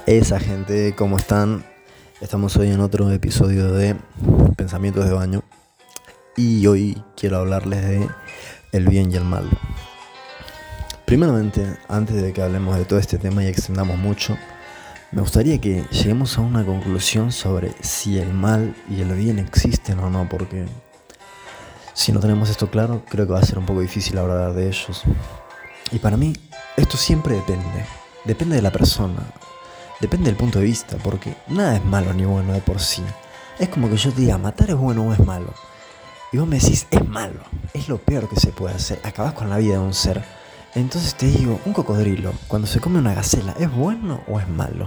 Esa gente, ¿cómo están? Estamos hoy en otro episodio de Pensamientos de Baño y hoy quiero hablarles de el bien y el mal. Primeramente, antes de que hablemos de todo este tema y extendamos mucho, me gustaría que lleguemos a una conclusión sobre si el mal y el bien existen o no, porque si no tenemos esto claro, creo que va a ser un poco difícil hablar de ellos. Y para mí, esto siempre depende de la persona. Depende del punto de vista, porque nada es malo ni bueno de por sí. Es como que yo te diga, matar es bueno o es malo. Y vos me decís, es malo, es lo peor que se puede hacer, acabás con la vida de un ser. Entonces te digo, un cocodrilo, cuando se come una gacela, ¿es bueno o es malo?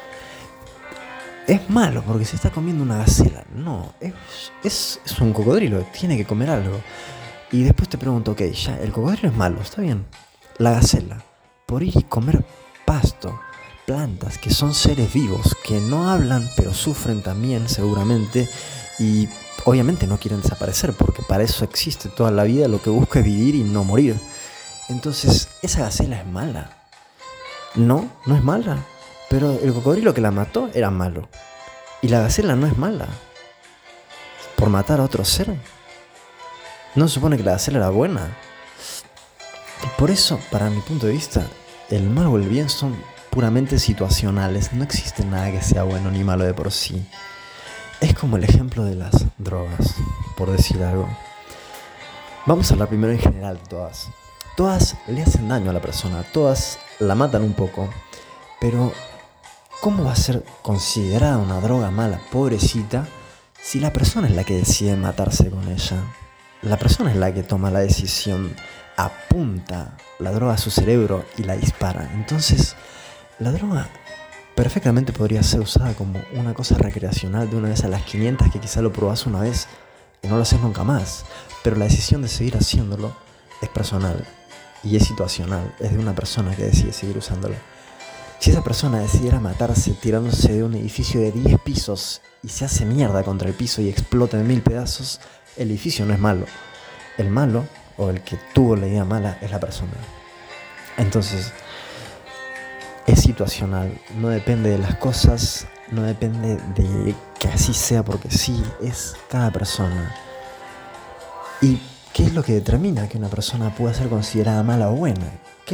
Es malo porque se está comiendo una gacela. No, es un cocodrilo, tiene que comer algo. Y después te pregunto, ok, ya, el cocodrilo es malo, está bien. La gacela, por ir y comer pasto, plantas, que son seres vivos, que no hablan, pero sufren también seguramente, y obviamente no quieren desaparecer, porque para eso existe toda la vida, lo que busca es vivir y no morir. Entonces, ¿esa gacela es mala? No, no es mala, pero el cocodrilo que la mató era malo, y la gacela no es mala, por matar a otro ser. ¿No se supone que la gacela era buena? Por eso, para mi punto de vista, el mal o el bien son puramente situacionales. No existe nada que sea bueno ni malo de por sí. Es como el ejemplo de las drogas, por decir algo. Vamos a hablar primero en general de todas. Todas le hacen daño a la persona, todas la matan un poco. Pero, ¿cómo va a ser considerada una droga mala, pobrecita, si la persona es la que decide matarse con ella? La persona es la que toma la decisión, apunta la droga a su cerebro y la dispara. Entonces, la droga perfectamente podría ser usada como una cosa recreacional de una vez a las 500 que quizá lo probás una vez y no lo haces nunca más. Pero la decisión de seguir haciéndolo es personal y es situacional, es de una persona que decide seguir usándolo. Si esa persona decidiera matarse tirándose de un edificio de 10 pisos y se hace mierda contra el piso y explota en 1000 pedazos, el edificio no es malo. El malo, o el que tuvo la idea mala, es la persona. Entonces, es situacional, no depende de las cosas, no depende de que así sea porque sí, es cada persona. ¿Y qué es lo que determina que una persona pueda ser considerada mala o buena?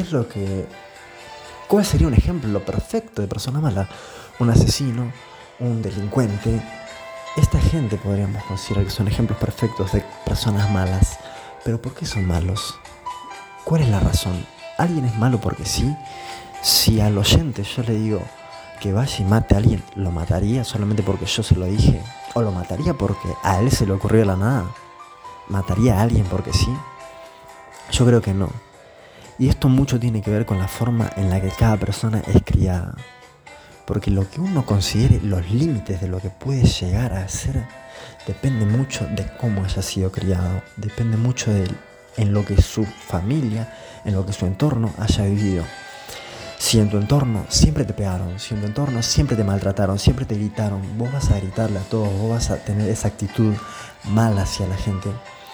¿Cuál sería un ejemplo perfecto de persona mala? Un asesino, un delincuente. Esta gente podríamos considerar que son ejemplos perfectos de personas malas. Pero ¿por qué son malos? ¿Cuál es la razón? ¿Alguien es malo porque sí? Si al oyente yo le digo que vaya y mate a alguien, ¿lo mataría solamente porque yo se lo dije? ¿O lo mataría porque a él se le ocurrió de la nada? ¿Mataría a alguien porque sí? Yo creo que no. Y esto mucho tiene que ver con la forma en la que cada persona es criada. Porque lo que uno considere los límites de lo que puede llegar a ser depende mucho de cómo haya sido criado, depende mucho en lo que su familia, en lo que su entorno haya vivido. Si en tu entorno siempre te pegaron, si en tu entorno siempre te maltrataron, siempre te gritaron, vos vas a gritarle a todos, vos vas a tener esa actitud mala hacia la gente.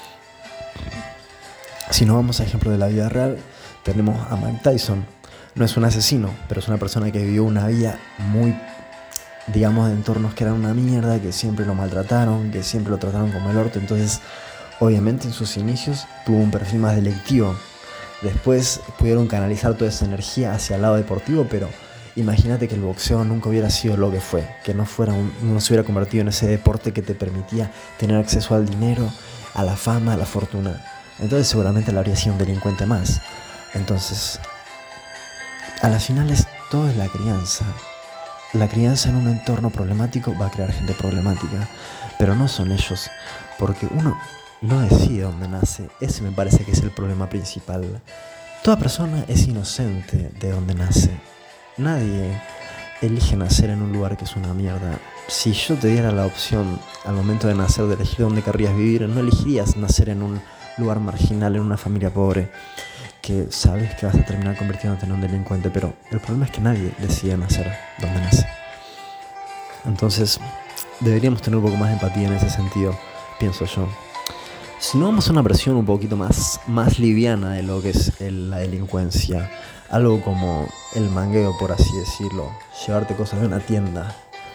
Si nos vamos a ejemplo de la vida real, tenemos a Mike Tyson. No es un asesino, pero es una persona que vivió una vida muy, digamos, de entornos que eran una mierda, que siempre lo maltrataron, que siempre lo trataron como el orto. Entonces, obviamente en sus inicios tuvo un perfil más delictivo. Después pudieron canalizar toda esa energía hacia el lado deportivo, pero imagínate que el boxeo nunca hubiera sido lo que fue, que no se hubiera convertido en ese deporte que te permitía tener acceso al dinero, a la fama, a la fortuna. Entonces seguramente él habría sido un delincuente más. Entonces, a las finales todo es la crianza. La crianza en un entorno problemático va a crear gente problemática, pero no son ellos, porque uno no decide dónde nace. Ese me parece que es el problema principal. Toda persona es inocente de dónde nace. Nadie elige nacer en un lugar que es una mierda. Si yo te diera la opción al momento de nacer de elegir dónde querrías vivir, no elegirías nacer en un lugar marginal, en una familia pobre, que sabes que vas a terminar convirtiéndote en un delincuente, pero el problema es que nadie decide nacer donde nace. Entonces, deberíamos tener un poco más de empatía en ese sentido, pienso yo. Si no, vamos a una versión un poquito más liviana de lo que es la delincuencia. algo como el mangueo, por así decirlo, llevarte cosas de una tienda,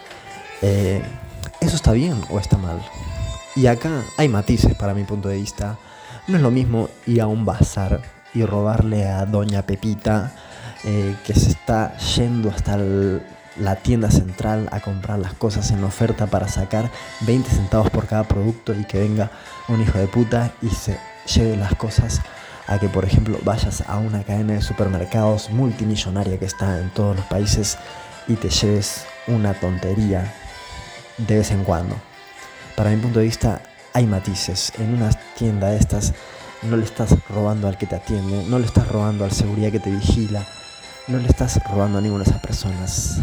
¿eso está bien o está mal? Y acá hay matices para mi punto de vista. No es lo mismo ir a un bazar y robarle a Doña Pepita, que se está yendo hasta la tienda central a comprar las cosas en oferta para sacar 20 centavos por cada producto, y que venga un hijo de puta y se lleve las cosas, a que por ejemplo vayas a una cadena de supermercados multimillonaria que está en todos los países y te lleves una tontería de vez en cuando. Para mi punto de vista hay matices. En una tienda de estas no le estás robando al que te atiende, no le estás robando al seguridad que te vigila, no le estás robando a ninguna de esas personas.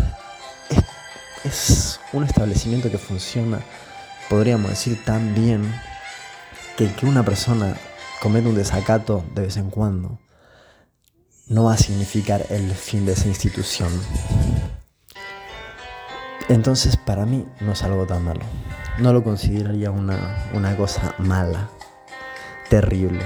Es un establecimiento que funciona, podríamos decir, tan bien que una persona cometa un desacato de vez en cuando no va a significar el fin de esa institución. Entonces, para mí no es algo tan malo. No lo consideraría una cosa mala, terrible.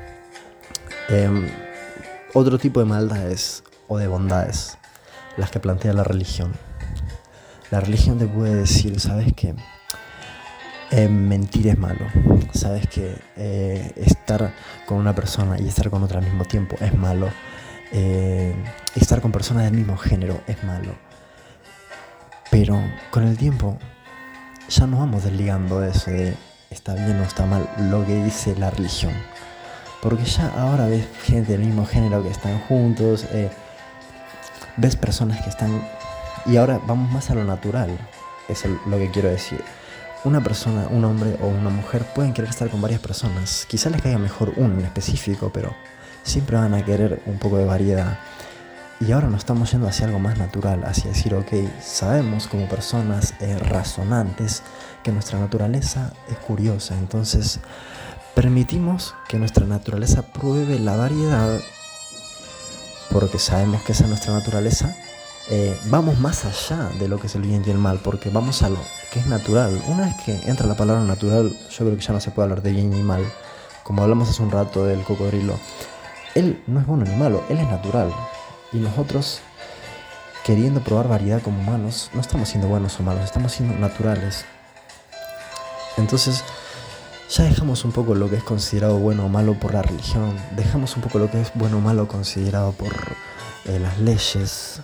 Otro tipo de maldades o de bondades, las que plantea la religión. La religión te puede decir, ¿sabes qué? Mentir es malo. ¿Sabes qué? Estar con una persona y estar con otra al mismo tiempo es malo. Estar con personas del mismo género es malo. Pero con el tiempo ya nos vamos desligando de eso de está bien o está mal lo que dice la religión. Porque ya ahora ves gente del mismo género que están juntos, ves personas que están... Y ahora vamos más a lo natural, eso es lo que quiero decir. Una persona, un hombre o una mujer pueden querer estar con varias personas. Quizás les caiga mejor uno en específico, pero siempre van a querer un poco de variedad. Y ahora nos estamos yendo hacia algo más natural, hacia decir, ok, sabemos como personas razonantes que nuestra naturaleza es curiosa, entonces permitimos que nuestra naturaleza pruebe la variedad, porque sabemos que esa es nuestra naturaleza. Vamos más allá de lo que es el bien y el mal, porque vamos a lo que es natural. Una vez que entra la palabra natural, yo creo que ya no se puede hablar de bien y mal. Como hablamos hace un rato del cocodrilo, él no es bueno ni malo, él es natural. Y nosotros, queriendo probar variedad como humanos, no estamos siendo buenos o malos, estamos siendo naturales. Entonces, ya dejamos un poco lo que es considerado bueno o malo por la religión, dejamos un poco lo que es bueno o malo considerado por las leyes,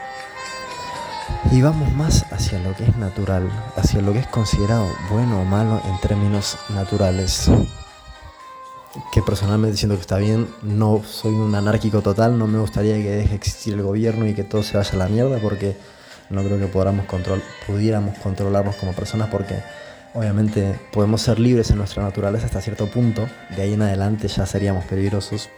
y vamos más hacia lo que es natural, hacia lo que es considerado bueno o malo en términos naturales. Que personalmente siento que está bien. No soy un anárquico total, no me gustaría que deje de existir el gobierno y que todo se vaya a la mierda, porque no creo que pudiéramos controlarnos como personas, porque obviamente podemos ser libres en nuestra naturaleza hasta cierto punto, de ahí en adelante ya seríamos peligrosos.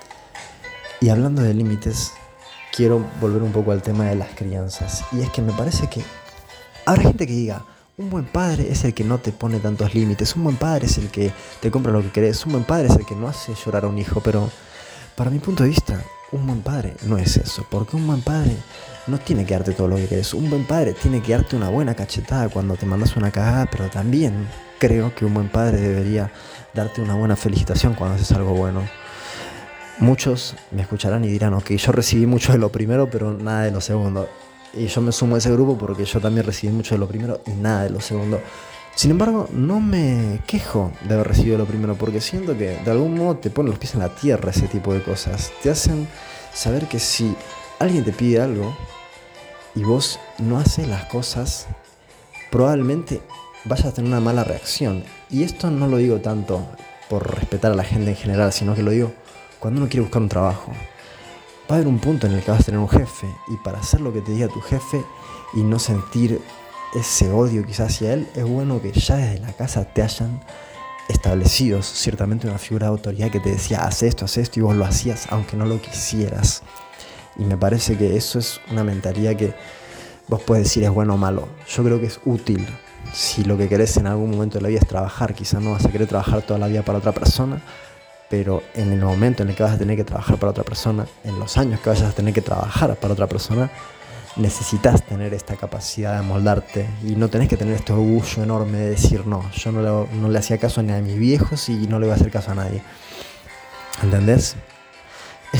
Y hablando de límites, quiero volver un poco al tema de las crianzas, y es que me parece que habrá gente que diga: un buen padre es el que no te pone tantos límites, un buen padre es el que te compra lo que querés, un buen padre es el que no hace llorar a un hijo. Pero para mi punto de vista, un buen padre no es eso, porque un buen padre no tiene que darte todo lo que querés. Un buen padre tiene que darte una buena cachetada cuando te mandas una cagada, pero también creo que un buen padre debería darte una buena felicitación cuando haces algo bueno. Muchos me escucharán y dirán: ok, yo recibí mucho de lo primero, pero nada de lo segundo. Y yo me sumo a ese grupo porque yo también recibí mucho de lo primero y nada de lo segundo. Sin embargo, no me quejo de haber recibido lo primero, porque siento que de algún modo te ponen los pies en la tierra ese tipo de cosas. Te hacen saber que si alguien te pide algo y vos no haces las cosas, probablemente vayas a tener una mala reacción. Y esto no lo digo tanto por respetar a la gente en general, sino que lo digo cuando uno quiere buscar un trabajo. Va a haber un punto en el que vas a tener un jefe, y para hacer lo que te diga tu jefe y no sentir ese odio quizás hacia él, es bueno que ya desde la casa te hayan establecido ciertamente una figura de autoridad que te decía: haz esto, y vos lo hacías aunque no lo quisieras. Y me parece que eso es una mentalidad que vos puedes decir es bueno o malo. Yo creo que es útil si lo que querés en algún momento de la vida es trabajar. Quizás no vas a querer trabajar toda la vida para otra persona, pero en el momento en el que vas a tener que trabajar para otra persona, en los años que vayas a tener que trabajar para otra persona, necesitas tener esta capacidad de amoldarte y no tenés que tener este orgullo enorme de decir: no, yo no le hacía caso ni a mis viejos y no le voy a hacer caso a nadie. ¿Entendés? Es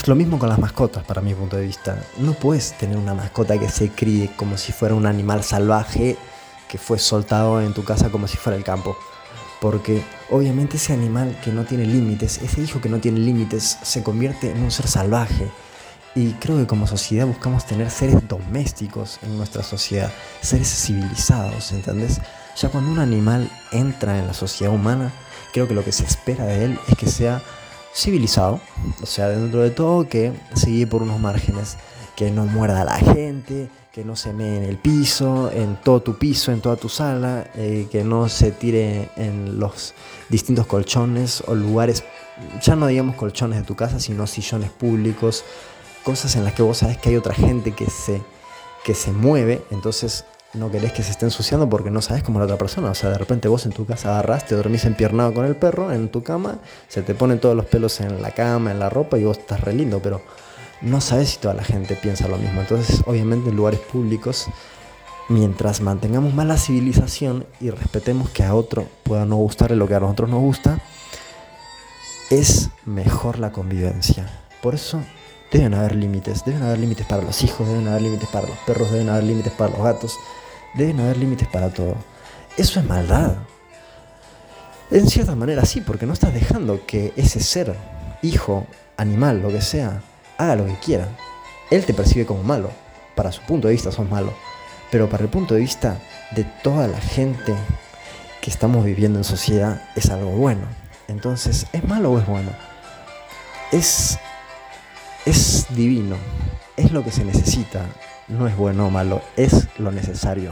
lo mismo con las mascotas, para mi punto de vista. No puedes tener una mascota que se críe como si fuera un animal salvaje que fue soltado en tu casa como si fuera el campo. Porque obviamente ese animal que no tiene límites, ese hijo que no tiene límites, se convierte en un ser salvaje. Y creo que como sociedad buscamos tener seres domésticos en nuestra sociedad, seres civilizados, ¿entendés? Ya cuando un animal entra en la sociedad humana, creo que lo que se espera de él es que sea civilizado, o sea, dentro de todo que se guíe por unos márgenes, que no muerda a la gente, que no se mee en el piso, en todo tu piso, en toda tu sala, que no se tire en los distintos colchones o lugares, ya no digamos colchones de tu casa, sino sillones públicos, cosas en las que vos sabés que hay otra gente que se mueve, entonces no querés que se esté ensuciando porque no sabés cómo es la otra persona. O sea, de repente vos en tu casa agarrás, te dormís empiernado con el perro en tu cama, se te ponen todos los pelos en la cama, en la ropa y vos estás re lindo, pero no sabés si toda la gente piensa lo mismo. Entonces, obviamente en lugares públicos, mientras mantengamos más la civilización y respetemos que a otro pueda no gustarle lo que a nosotros nos gusta, es mejor la convivencia. Por eso deben haber límites para los hijos, deben haber límites para los perros, deben haber límites para los gatos, deben haber límites para todo. Eso es maldad. En cierta manera sí, porque no estás dejando que ese ser, hijo, animal, lo que sea, haga lo que quiera. Él te percibe como malo. Para su punto de vista sos malo. Pero para el punto de vista de toda la gente que estamos viviendo en sociedad es algo bueno. Entonces, ¿es malo o es bueno? Es divino. Es lo que se necesita. No es bueno o malo. Es lo necesario.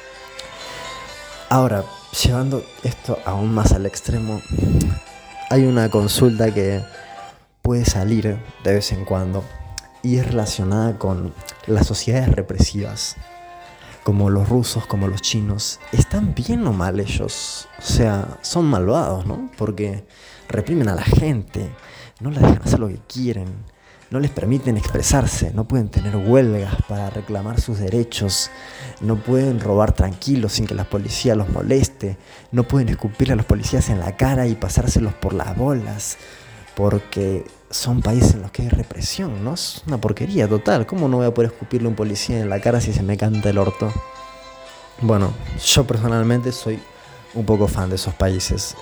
Ahora, llevando esto aún más al extremo, hay una consulta que puede salir de vez en cuando y es relacionada con las sociedades represivas, como los rusos, como los chinos. ¿Están bien o mal ellos? O sea, son malvados, ¿no? Porque reprimen a la gente, no les dejan hacer lo que quieren, no les permiten expresarse, no pueden tener huelgas para reclamar sus derechos, no pueden robar tranquilos sin que la policía los moleste, no pueden escupirle a los policías en la cara y pasárselos por las bolas, porque son países en los que hay represión, ¿no? Es una porquería total. ¿Cómo no voy a poder escupirle a un policía en la cara si se me canta el orto? Bueno, yo personalmente soy un poco fan de esos países.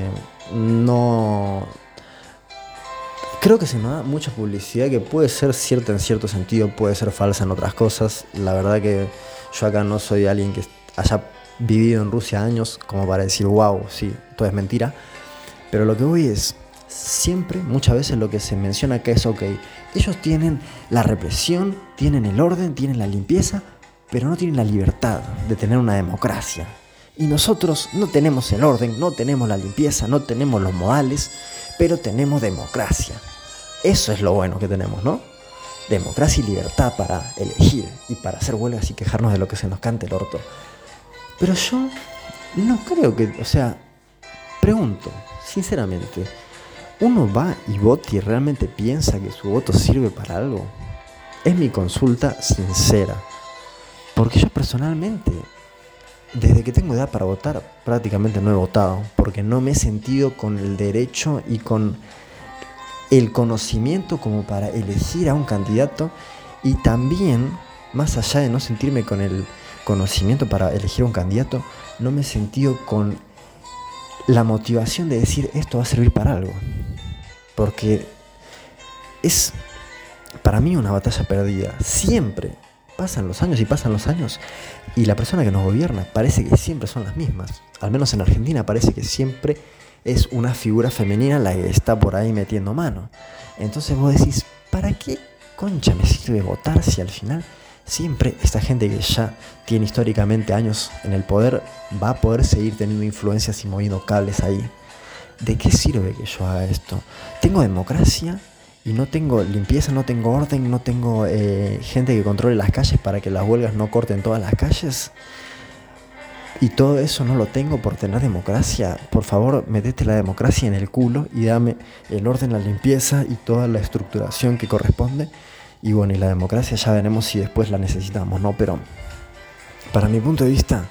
No... Creo que se me da mucha publicidad que puede ser cierta en cierto sentido, puede ser falsa en otras cosas. La verdad que yo acá no soy alguien que haya vivido en Rusia años como para decir, wow, sí, todo es mentira. Pero lo que voy es, siempre, muchas veces lo que se menciona acá es, ok, ellos tienen la represión, tienen el orden, tienen la limpieza, pero no tienen la libertad de tener una democracia. Y nosotros no tenemos el orden, no tenemos la limpieza, no tenemos los modales, pero tenemos democracia. Eso es lo bueno que tenemos, ¿no? Democracia y libertad para elegir y para hacer huelgas y quejarnos de lo que se nos cante el orto. Pero yo no creo que, o sea, pregunto, sinceramente, ¿uno va y vota y realmente piensa que su voto sirve para algo? Es mi consulta sincera. Porque yo personalmente, desde que tengo edad para votar, prácticamente no he votado. Porque no me he sentido con el derecho y con el conocimiento como para elegir a un candidato. Y también, más allá de no sentirme con el conocimiento para elegir a un candidato, no me he sentido con la motivación de decir esto va a servir para algo. Porque es para mí una batalla perdida. Siempre pasan los años y la persona que nos gobierna parece que siempre son las mismas. Al menos en Argentina parece que siempre es una figura femenina la que está por ahí metiendo mano. Entonces vos decís, ¿para qué concha me sirve votar si al final siempre esta gente que ya tiene históricamente años en el poder va a poder seguir teniendo influencias y moviendo cables ahí? ¿De qué sirve que yo haga esto? Tengo democracia y no tengo limpieza, no tengo orden, no tengo gente que controle las calles para que las huelgas no corten todas las calles. Y todo eso no lo tengo por tener democracia. Por favor, metete la democracia en el culo y dame el orden, la limpieza y toda la estructuración que corresponde. Y bueno, y la democracia ya veremos si después la necesitamos, ¿no? Pero para mi punto de vista,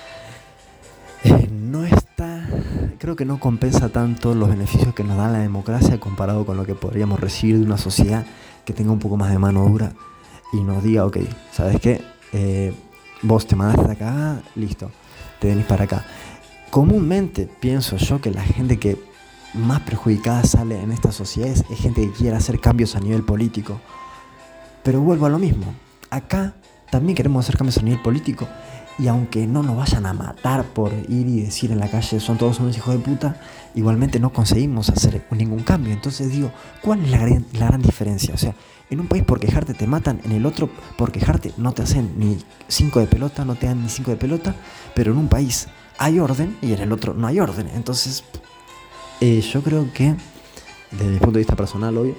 creo que no compensa tanto los beneficios que nos da la democracia comparado con lo que podríamos recibir de una sociedad que tenga un poco más de mano dura y nos diga, ok, ¿sabes qué? Vos te mandaste acá, listo, te venís para acá. Comúnmente pienso yo que la gente que más perjudicada sale en estas sociedades es gente que quiere hacer cambios a nivel político. Pero vuelvo a lo mismo, acá también queremos hacer cambios a nivel político, y aunque no nos vayan a matar por ir y decir en la calle son todos unos hijos de puta, igualmente no conseguimos hacer ningún cambio. Entonces digo, ¿cuál es la gran diferencia? O sea, en un país por quejarte te matan, en el otro por quejarte no te hacen ni 5 de pelota, no te dan ni 5 de pelota, pero en un país hay orden y en el otro no hay orden. Entonces, yo creo que, desde mi punto de vista personal, obvio,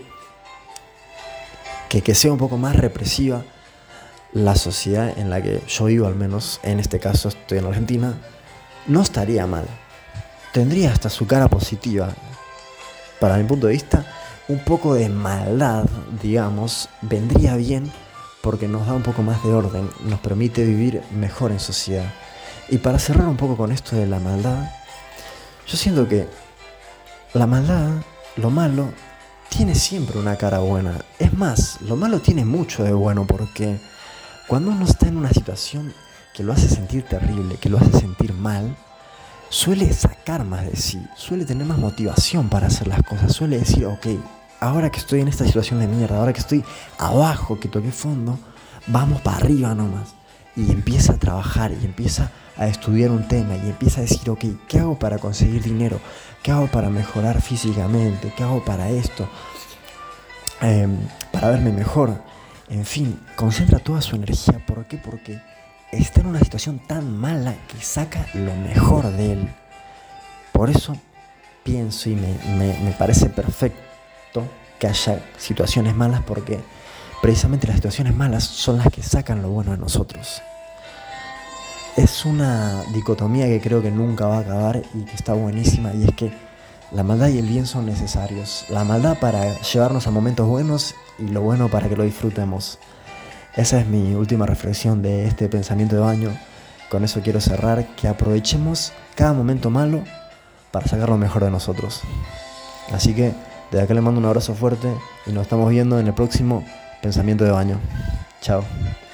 que sea un poco más represiva la sociedad en la que yo vivo, al menos en este caso estoy en Argentina, no estaría mal. Tendría hasta su cara positiva. Para mi punto de vista, un poco de maldad, digamos, vendría bien porque nos da un poco más de orden, nos permite vivir mejor en sociedad. Y para cerrar un poco con esto de la maldad, yo siento que la maldad, lo malo, tiene siempre una cara buena. Es más, lo malo tiene mucho de bueno, porque cuando uno está en una situación que lo hace sentir terrible, que lo hace sentir mal, suele sacar más de sí, suele tener más motivación para hacer las cosas, suele decir, ok, ahora que estoy en esta situación de mierda, ahora que estoy abajo, que toqué fondo, vamos para arriba nomás. Y empieza a trabajar y empieza a estudiar un tema y empieza a decir, ok, ¿qué hago para conseguir dinero? ¿Qué hago para mejorar físicamente? ¿Qué hago para esto? Para verme mejor. En fin, concentra toda su energía. ¿Por qué? Porque está en una situación tan mala que saca lo mejor de él. Por eso pienso y me parece perfecto que haya situaciones malas, porque precisamente las situaciones malas son las que sacan lo bueno de nosotros. Es una dicotomía que creo que nunca va a acabar y que está buenísima, y es que la maldad y el bien son necesarios. La maldad para llevarnos a momentos buenos y lo bueno para que lo disfrutemos. Esa es mi última reflexión de este pensamiento de baño. Con eso quiero cerrar, que aprovechemos cada momento malo para sacar lo mejor de nosotros. Así que desde acá le mando un abrazo fuerte y nos estamos viendo en el próximo pensamiento de baño. Chao.